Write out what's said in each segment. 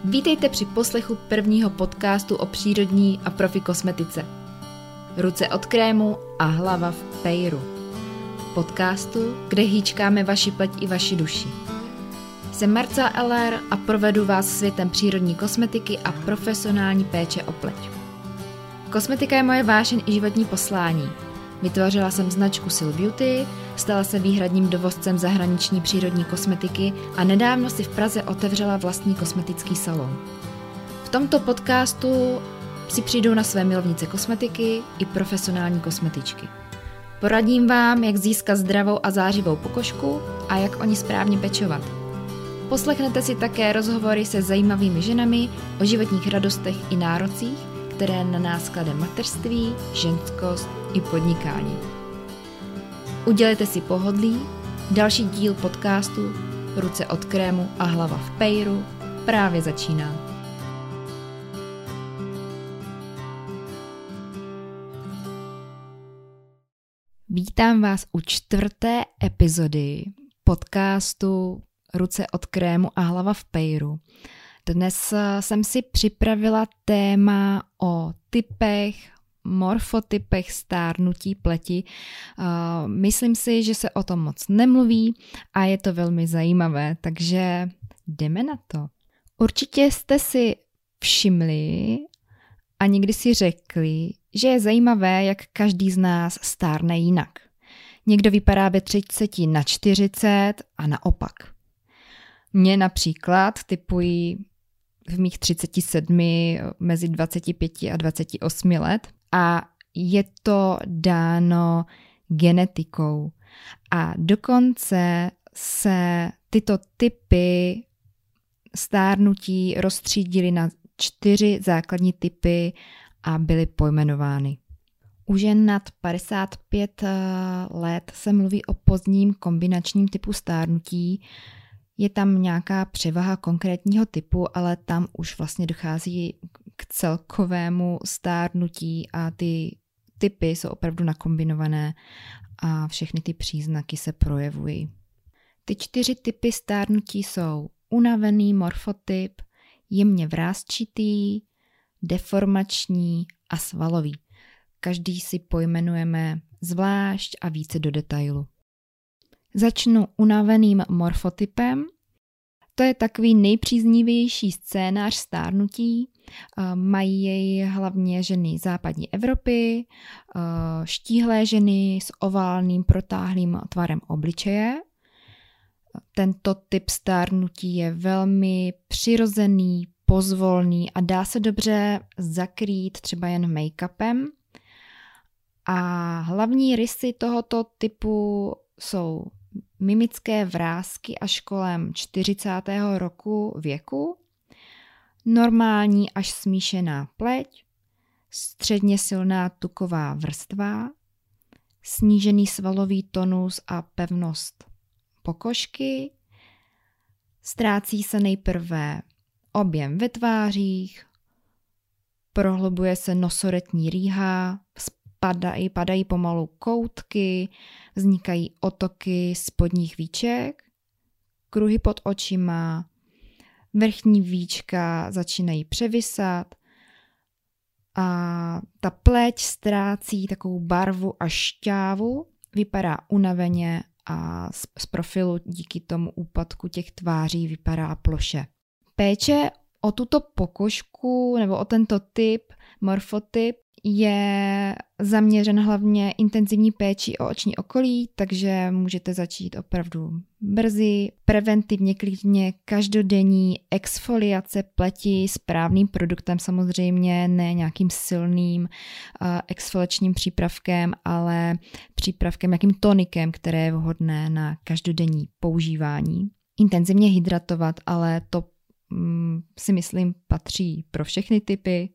Vítejte při poslechu prvního podcastu o přírodní a profi kosmetice. Ruce od krému a hlava v pejru. Podcastu, kde hýčkáme vaši pleť i vaši duši. Jsem Marca LR a provedu vás světem přírodní kosmetiky a profesionální péče o pleť. Kosmetika je moje vášeň i životní poslání. Vytvořila jsem značku Sil Beauty, stala se výhradním dovozcem zahraniční přírodní kosmetiky a nedávno si v Praze otevřela vlastní kosmetický salon. V tomto podcastu si přijdou na své milovnice kosmetiky i profesionální kosmetičky. Poradím vám, jak získat zdravou a zářivou pokožku a jak o ní správně pečovat. Poslechnete si také rozhovory se zajímavými ženami o životních radostech i nárocích, které na nás klade mateřství, ženskost i podnikání. Udělejte si pohodlí, další díl podcastu Ruce od krému a hlava v pejru právě začíná. Vítám vás u 4. epizody podcastu Ruce od krému a hlava v pejru. Dnes jsem si připravila téma o typech, morfotypech stárnutí pleti. Myslím si, že se o tom moc nemluví a je to velmi zajímavé, takže jdeme na to. Určitě jste si všimli a někdy si řekli, že je zajímavé, jak každý z nás stárne jinak. Někdo vypadá ve 30 na 40 a naopak. Mě například typují v mých 37 mezi 25 a 28 let a je to dáno genetikou. A dokonce se tyto typy stárnutí rozstřídily na 4 základní typy a byly pojmenovány. U žen nad 55 let se mluví o pozdním kombinačním typu stárnutí. Je tam nějaká převaha konkrétního typu, ale tam už vlastně dochází k celkovému stárnutí a ty typy jsou opravdu nakombinované a všechny ty příznaky se projevují. Ty 4 typy stárnutí jsou unavený morfotyp, jemně vrásčitý, deformační a svalový. Každý si pojmenujeme zvlášť a více do detailu. Začnu unaveným morfotypem. To je takový nejpříznivější scénář stárnutí. Mají jej hlavně ženy západní Evropy, štíhlé ženy s oválným protáhlým tvarem obličeje. Tento typ stárnutí je velmi přirozený, pozvolný a dá se dobře zakrýt třeba jen make-upem. A hlavní rysy tohoto typu jsou mimické vrásky až kolem 40. roku věku, normální až smíšená pleť, středně silná tuková vrstva, snížený svalový tonus a pevnost pokožky, ztrácí se nejprve objem ve tvářích, prohlubuje se nosoretní rýha, padají pomalu koutky, vznikají otoky spodních víček, kruhy pod očima, vrchní víčka začínají převisat a ta pleť ztrácí takovou barvu a šťávu, vypadá unaveně a z profilu díky tomu úpadku těch tváří vypadá ploše. Péče o tuto pokožku nebo o tento typ, morfotyp, je zaměřen hlavně intenzivní péčí o oční okolí, takže můžete začít opravdu brzy, preventivně, klidně, každodenní exfoliace pleti správným produktem samozřejmě, ne nějakým silným exfoliačním přípravkem, ale přípravkem, jakým tonikem, které je vhodné na každodenní používání. Intenzivně hydratovat, ale to si myslím patří pro všechny typy.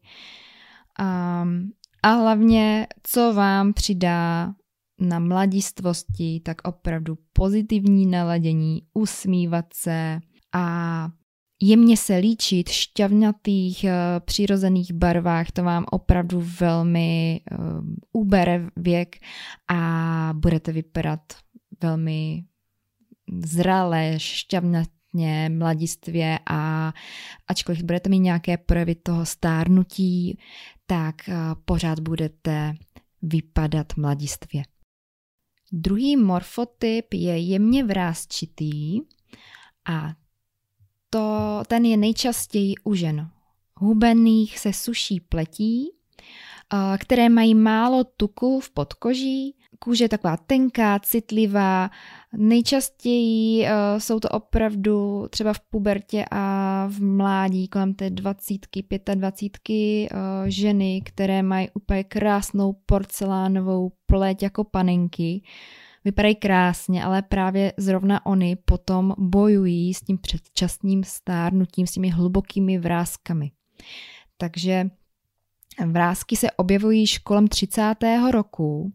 A hlavně, co vám přidá na mladistvosti, tak opravdu pozitivní naladění, usmívat se a jemně se líčit v šťavnatých přirozených barvách, to vám opravdu velmi ubere věk a budete vypadat velmi zralé, vlastně mladistvě a ačkoliv budete mít nějaké projevy toho stárnutí, tak pořád budete vypadat mladistvě. Druhý morfotyp je jemně vrásčitý a ten je nejčastěji u žen hubených se suší pletí, které mají málo tuku v podkoží. Kůže je taková tenká, citlivá. Nejčastěji jsou to opravdu třeba v pubertě a v mládí kolem té 20, 25 ženy, které mají úplně krásnou porcelánovou pleť jako panenky. Vypadají krásně, ale právě zrovna oni potom bojují s tím předčasným stárnutím, s těmi hlubokými vráskami. Takže vrásky se objevují již kolem 30. roku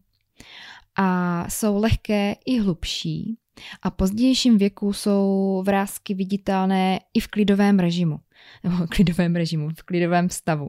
a jsou lehké i hlubší a v pozdějším věku jsou vrásky viditelné i v klidovém režimu. V klidovém stavu.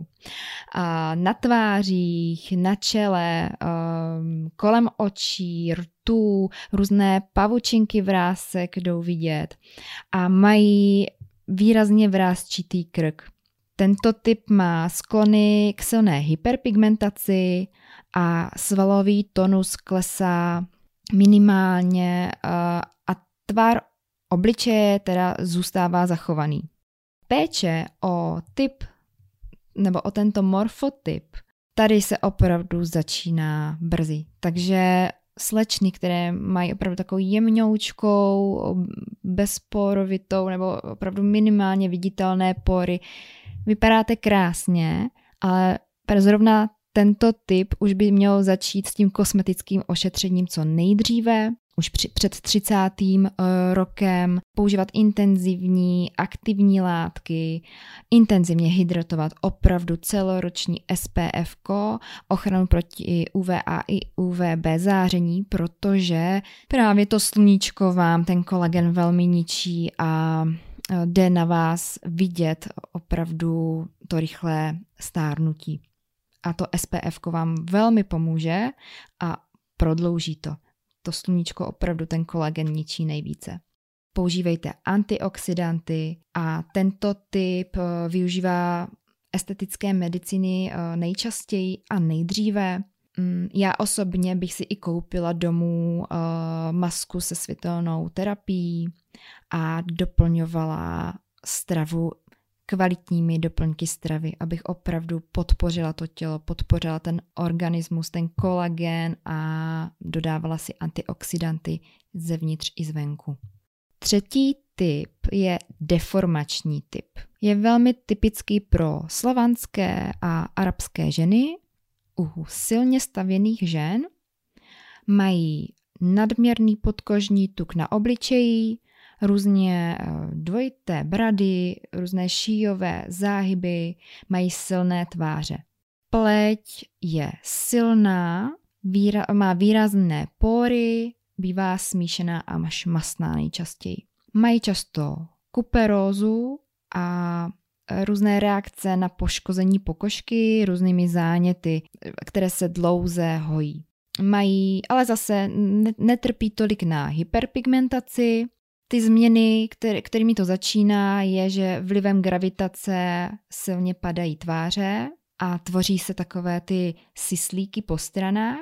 A na tvářích, na čele, kolem očí, rtů, různé pavučinky vrásek jdou vidět a mají výrazně vrásčitý krk. Tento typ má sklony k silné hyperpigmentaci a svalový tonus klesá minimálně a tvar obličeje teda zůstává zachovaný. Péče o typ nebo o tento morfotyp tady se opravdu začíná brzy. Takže slečny, které mají opravdu takovou jemňoučkou, bezporovitou nebo opravdu minimálně viditelné pory, vypadáte krásně, ale zrovna tento typ už by měl začít s tím kosmetickým ošetřením co nejdříve, už před 30. rokem, používat intenzivní, aktivní látky, intenzivně hydratovat opravdu celoroční SPF, ochranu proti UVA i UVB záření, protože právě to sluníčko vám ten kolagen velmi ničí a jde na vás vidět opravdu to rychlé stárnutí. A to SPF vám velmi pomůže a prodlouží to. To sluníčko opravdu ten kolagen ničí nejvíce. Používejte antioxidanty a tento typ využívá estetické medicíny nejčastěji a nejdříve. Já osobně bych si i koupila domů masku se světelnou terapií a doplňovala stravu kvalitními doplňky stravy, abych opravdu podpořila to tělo, podpořila ten organismus, ten kolagen a dodávala si antioxidanty zevnitř i zvenku. Třetí typ je deformační typ. Je velmi typický pro slovanské a arabské ženy. U silně stavěných žen mají nadměrný podkožní tuk na obličeji, různě dvojité brady, různé šíjové záhyby, mají silné tváře. Pleť je silná, má výrazné pory, bývá smíšená a až mastná nejčastěji. Mají často kuperózu a různé reakce na poškození pokožky různými záněty, které se dlouze hojí. Mají, ale zase netrpí tolik na hyperpigmentaci. Ty změny, kterými to začíná, je, že vlivem gravitace silně padají tváře a tvoří se takové ty syslíky po stranách.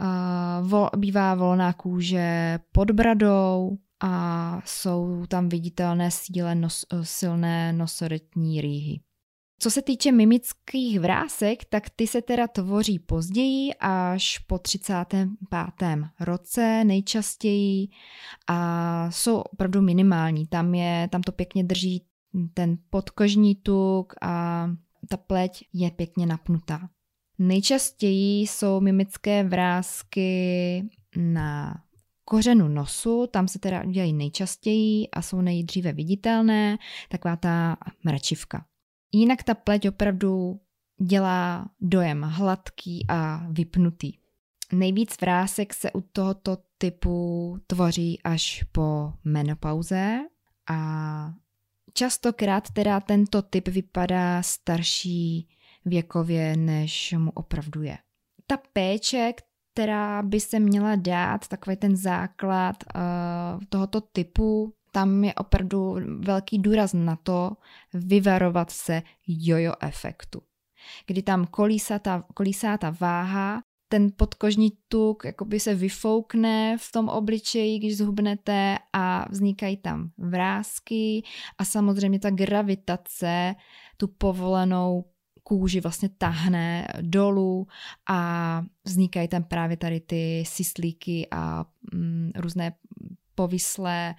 Bývá volná kůže pod bradou a jsou tam viditelné silné nosoretní rýhy. Co se týče mimických vrásek, tak ty se teda tvoří později až po 35. roce nejčastěji a jsou opravdu minimální. Tam to pěkně drží ten podkožní tuk a ta pleť je pěkně napnutá. Nejčastěji jsou mimické vrásky na kořenu nosu, tam se teda dělají nejčastěji a jsou nejdříve viditelné, taková ta mračivka. Jinak ta pleť opravdu dělá dojem hladký a vypnutý. Nejvíc vrásek se u tohoto typu tvoří až po menopauze a častokrát teda tento typ vypadá starší věkově, než mu opravdu je. Ta péče, která by se měla dát, takový ten základ tohoto typu, tam je opravdu velký důraz na to vyvarovat se jojo efektu, kdy tam kolísá ta váha, ten podkožní tuk jakoby se vyfoukne v tom obličeji, když zhubnete a vznikají tam vrásky a samozřejmě ta gravitace tu povolenou kůži vlastně tahne dolů a vznikají tam právě tady ty syslíky a různé povislé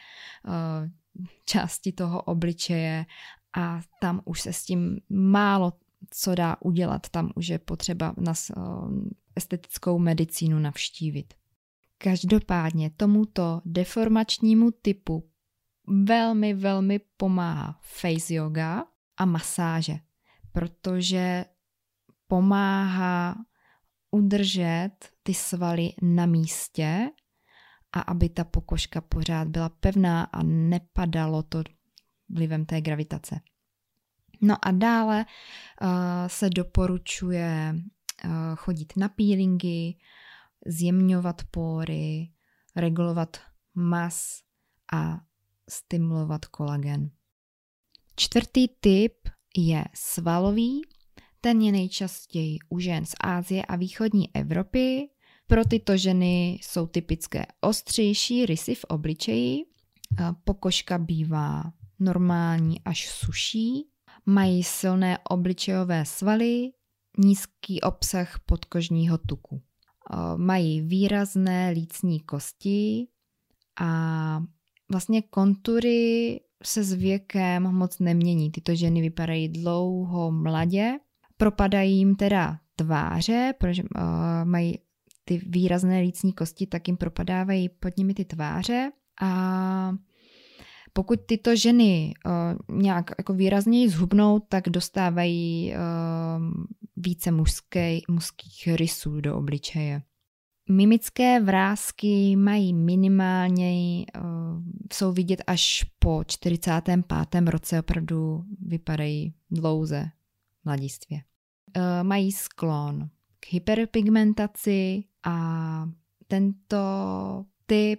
části toho obličeje a tam už se s tím málo co dá udělat, tam už je potřeba nás estetickou medicínu navštívit. Každopádně tomuto deformačnímu typu velmi, velmi pomáhá face yoga a masáže, protože pomáhá udržet ty svaly na místě a aby ta pokožka pořád byla pevná a nepadalo to vlivem té gravitace. No a dále se doporučuje chodit na peelingy, zjemňovat pory, regulovat mas a stimulovat kolagen. 4. typ je svalový, ten je nejčastěji u žen z Asie a východní Evropy. Pro tyto ženy jsou typické ostřejší rysy v obličeji, pokožka bývá normální až suší, mají silné obličejové svaly, nízký obsah podkožního tuku. Mají výrazné lícní kosti a vlastně kontury se s věkem moc nemění. Tyto ženy vypadají dlouho mladě, propadají jim teda tváře, protože mají ty výrazné lícní kosti, tak jim propadávají pod nimi ty tváře a pokud tyto ženy nějak jako výrazněji zhubnou, tak dostávají více mužských rysů do obličeje. Mimické vrásky mají minimálně, jsou vidět až po 45. roce, opravdu vypadají dlouze mladistvě. Mají sklon k hyperpigmentaci a tento typ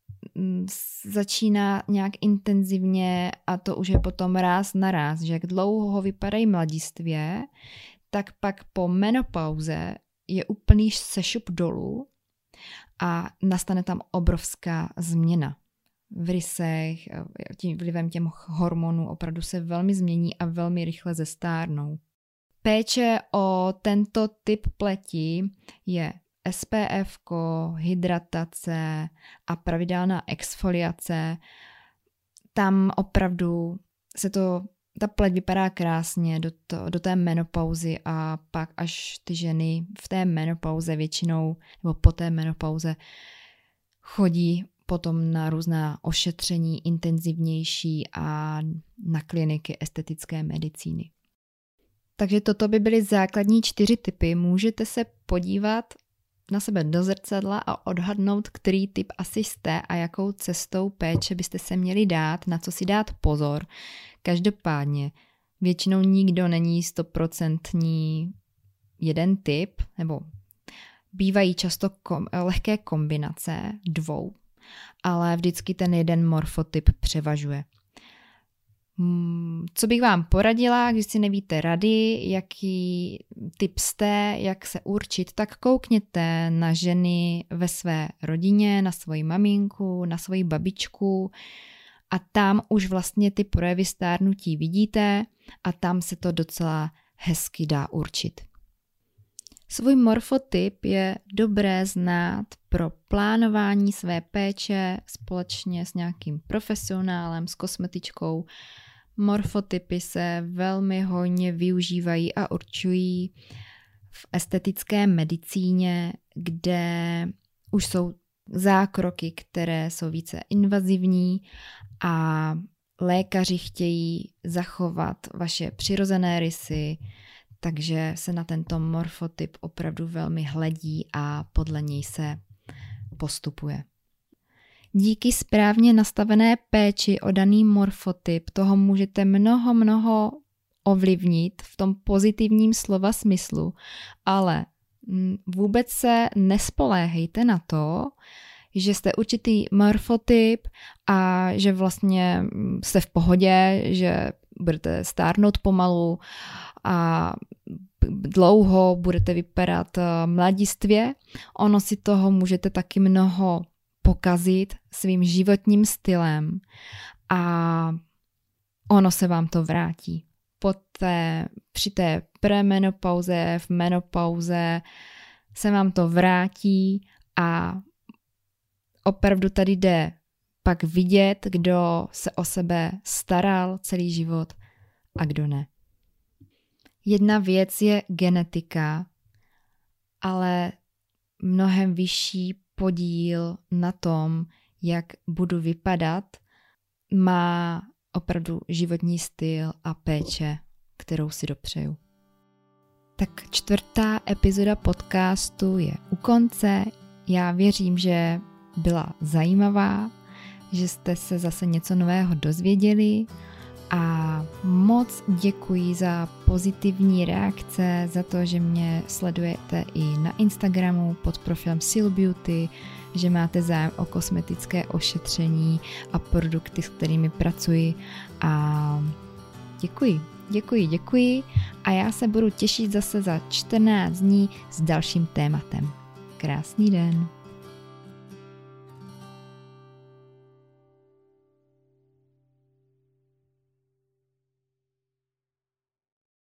začíná nějak intenzivně a to už je potom ráz na ráz, že jak dlouho vypadají mladistvě, tak pak po menopauze je úplný sešup dolů a nastane tam obrovská změna v rysech, tím vlivem těch hormonů opravdu se velmi změní a velmi rychle zestárnou. Péče o tento typ pleti je SPF, hydratace a pravidelná exfoliace. Tam opravdu ta pleť vypadá krásně do té menopauzy a pak až ty ženy v té menopauze většinou nebo po té menopauze chodí potom na různá ošetření intenzivnější a na kliniky estetické medicíny. Takže toto by byly základní 4 typy. Můžete se podívat na sebe do zrcadla a odhadnout, který typ asi jste a jakou cestou péče byste se měli dát, na co si dát pozor. Každopádně většinou nikdo není 100% jeden typ, nebo bývají často lehké kombinace 2, ale vždycky ten jeden morfotyp převažuje. Co bych vám poradila, když si nevíte rady, jaký typ jste, jak se určit, tak koukněte na ženy ve své rodině, na svoji maminku, na svoji babičku a tam už vlastně ty projevy stárnutí vidíte a tam se to docela hezky dá určit. Svůj morfotyp je dobré znát pro plánování své péče společně s nějakým profesionálem, s kosmetičkou. Morfotypy se velmi hojně využívají a určují v estetické medicíně, kde už jsou zákroky, které jsou více invazivní a lékaři chtějí zachovat vaše přirozené rysy, takže se na tento morfotyp opravdu velmi hledí a podle něj se postupuje. Díky správně nastavené péči o daný morfotyp toho můžete mnoho ovlivnit v tom pozitivním slova smyslu, ale vůbec se nespoléhejte na to, že jste určitý morfotyp a že vlastně jste v pohodě, že budete stárnout pomalu a dlouho budete vypadat mladistvě. Ono si toho můžete taky mnoho pokazit svým životním stylem a ono se vám to vrátí. Při té premenopauze, v menopauze se vám to vrátí a opravdu tady jde pak vidět, kdo se o sebe staral celý život a kdo ne. Jedna věc je genetika, ale mnohem vyšší podíl na tom, jak budu vypadat, má opravdu životní styl a péče, kterou si dopřeju. Tak 4. epizoda podcastu je u konce. Já věřím, že byla zajímavá, že jste se zase něco nového dozvěděli a moc děkuji za pozitivní reakce, za to, že mě sledujete i na Instagramu pod profilem Sil Beauty, že máte zájem o kosmetické ošetření a produkty, s kterými pracuji a děkuji a já se budu těšit zase za 14 dní s dalším tématem. Krásný den.